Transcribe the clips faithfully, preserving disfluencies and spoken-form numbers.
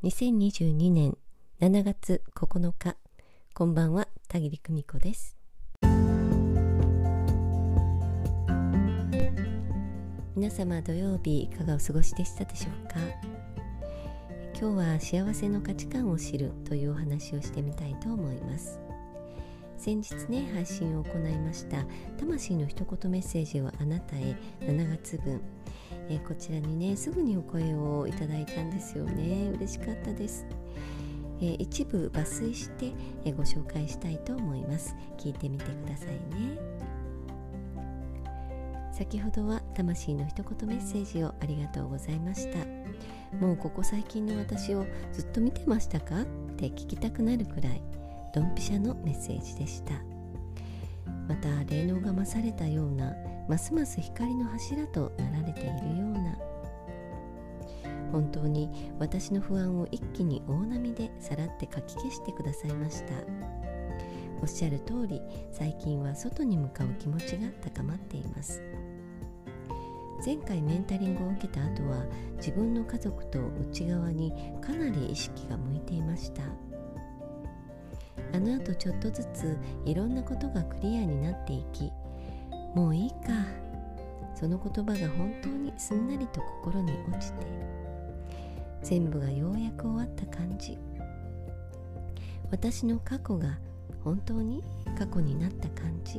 にせんにじゅうにねんしちがつここのか、こんばんは、田切久美子です。皆様土曜日いかがお過ごしでしたでしょうか。今日は幸せの価値観を知るというお話をしてみたいと思います。先日ね、配信を行いました魂の一言メッセージをあなたへしちがつぶん、えー、こちらにねすぐにお声をいただいたんですよね。嬉しかったです。えー、一部抜粋して、えー、ご紹介したいと思います。聞いてみてくださいね。先ほどは魂の一言メッセージをありがとうございました。もうここ最近の私をずっと見てましたかって聞きたくなるくらいドンピシャのメッセージでした。また霊能が増されたような、ますます光の柱となられているような、本当に私の不安を一気に大波でさらってかき消してくださいました。おっしゃる通り、最近は外に向かう気持ちが高まっています。前回メンタリングを受けた後は、自分の家族と内側にかなり意識が向いていました。あの後ちょっとずついろんなことがクリアになっていき、もういいか、その言葉が本当にすんなりと心に落ちて、全部がようやく終わった感じ。私の過去が本当に過去になった感じ。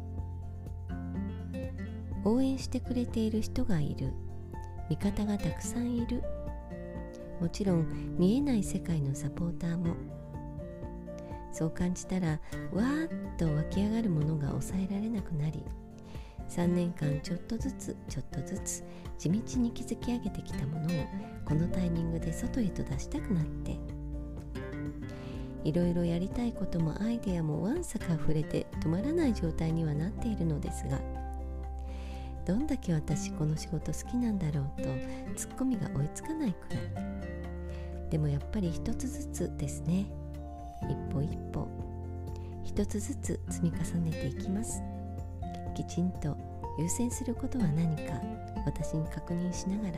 応援してくれている人がいる、味方がたくさんいる、もちろん見えない世界のサポーターも。そう感じたら、わーっと湧き上がるものが抑えられなくなり、さんねんかんちょっとずつちょっとずつ地道に築き上げてきたものをこのタイミングで外へと出したくなって、いろいろやりたいこともアイデアもわんさか溢れて止まらない状態にはなっているのですが、どんだけ私この仕事好きなんだろうとツッコミが追いつかないくらい。でもやっぱり一つずつですね。一歩一歩一つずつ積み重ねていきます。きちんと優先することは何か私に確認しながら、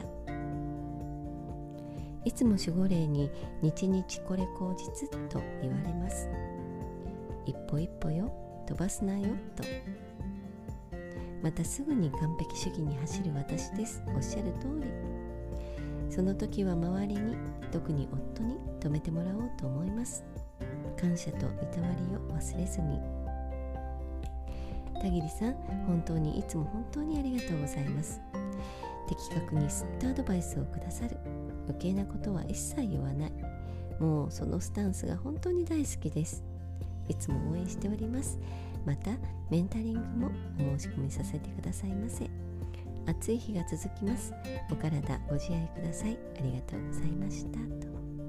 いつも守護霊に日々これ口実と言われます。一歩一歩よ、飛ばすなよと。またすぐに完璧主義に走る私です。おっしゃる通り。その時は周りに、特に夫に止めてもらおうと思います。感謝といたわりを忘れずに。田切さん、本当にいつも本当にありがとうございます。的確にすっとアドバイスをくださる。余計なことは一切言わない。もうそのスタンスが本当に大好きです。いつも応援しております。またメンタリングもお申し込みさせてくださいませ。暑い日が続きます。お体ご自愛ください。ありがとうございましたと。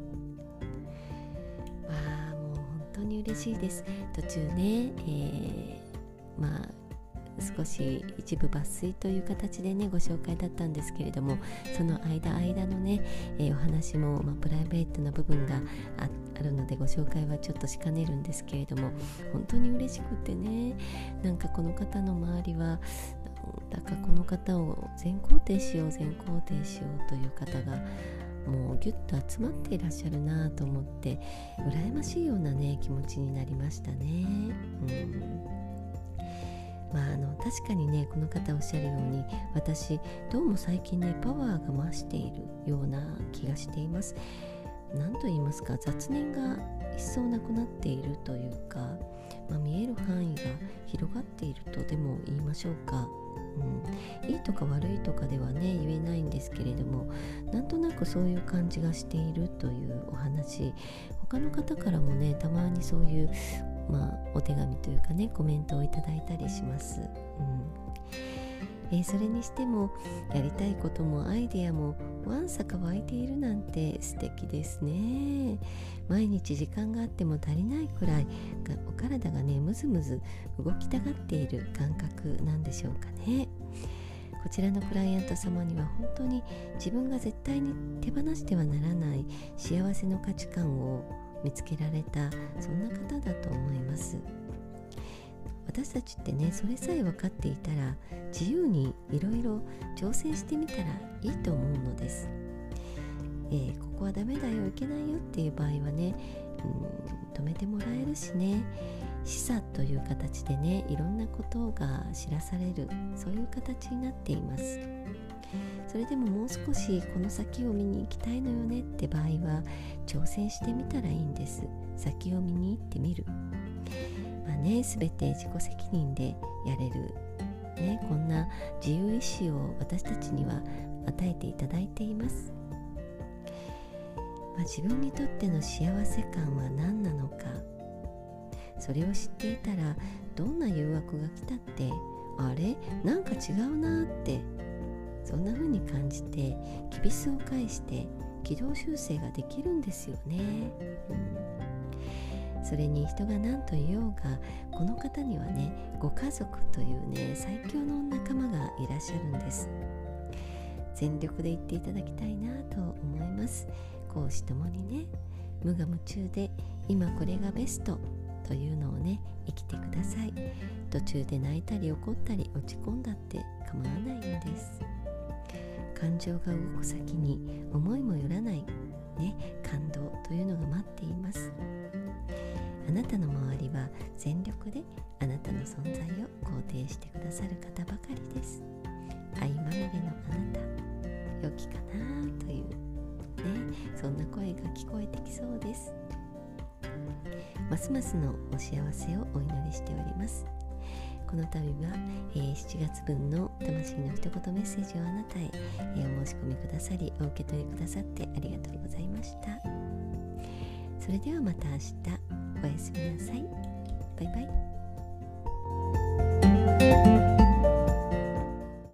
本当に嬉しいです。途中ね、えー、まあ少し一部抜粋という形でねご紹介だったんですけれども、その間間のね、えー、お話も、まあ、プライベートな部分が あ, あるのでご紹介はちょっとしかねるんですけれども、本当に嬉しくてね、なんかこの方の周りはだからこの方を全肯定しよう全肯定しようという方がもうギュッと集まっていらっしゃるなと思って、羨ましいようなね気持ちになりましたね。うんまあ、あの確かにね、この方おっしゃるように、私どうも最近ねパワーが増しているような気がしています。何と言いますか、雑念が一層なくなっているというか、まあ、見える範囲が広がっているとでも言いましょうか。うん、いいとか悪いとかではね言えないんですけれども、なんとなくそういう感じがしているというお話、他の方からもねたまにそういう、まあ、お手紙というかねコメントをいただいたりします。うんえー、それにしてもやりたいこともアイデアもわんさか湧いているなんて素敵ですね。毎日時間があっても足りないくらいお体がねむずむず動きたがっている感覚なんでしょうかね。こちらのクライアント様には本当に自分が絶対に手放してはならない幸せの価値観を見つけられた、そんな方だと思います。私たちってね、それさえ分かっていたら自由にいろいろ挑戦してみたらいいと思うのです。ええー、ここはダメだよいけないよっていう場合はね、うん、止めてもらえるしね、示唆という形でねいろんなことが知らされる、そういう形になっています。それでももう少しこの先を見に行きたいのよねって場合は挑戦してみたらいいんです。先を見に行ってみる。まあね、全て自己責任でやれる、ね、こんな自由意志を私たちには与えていただいています。まあ、自分にとっての幸せ感は何なのか、それを知っていたらどんな誘惑が来たってあれなんか違うなって、そんな風に感じてきびすを返して軌道修正ができるんですよね、うん、それに人が何と言おうがこの方にはねご家族というね最強の仲間がいらっしゃるんです。全力で言っていただきたいなと思います。公私ともにね無我夢中で今これがベストというのをね生きてください。途中で泣いたり怒ったり落ち込んだって構わないんです。感情が動く先に思いもよらない、ね、感動というのが待っています。あなたの周りは全力であなたの存在を肯定してくださる方ばかりです。愛まみれのあなた、良きかなという、ね、そんな声が聞こえてきそうです。ますますのお幸せをお祈りしております。この度は、えー、しちがつぶんの魂の一言メッセージをあなたへ、えー、お申し込みくださりお受け取りくださってありがとうございました。それではまた明日、おやすみなさい。バイバイ。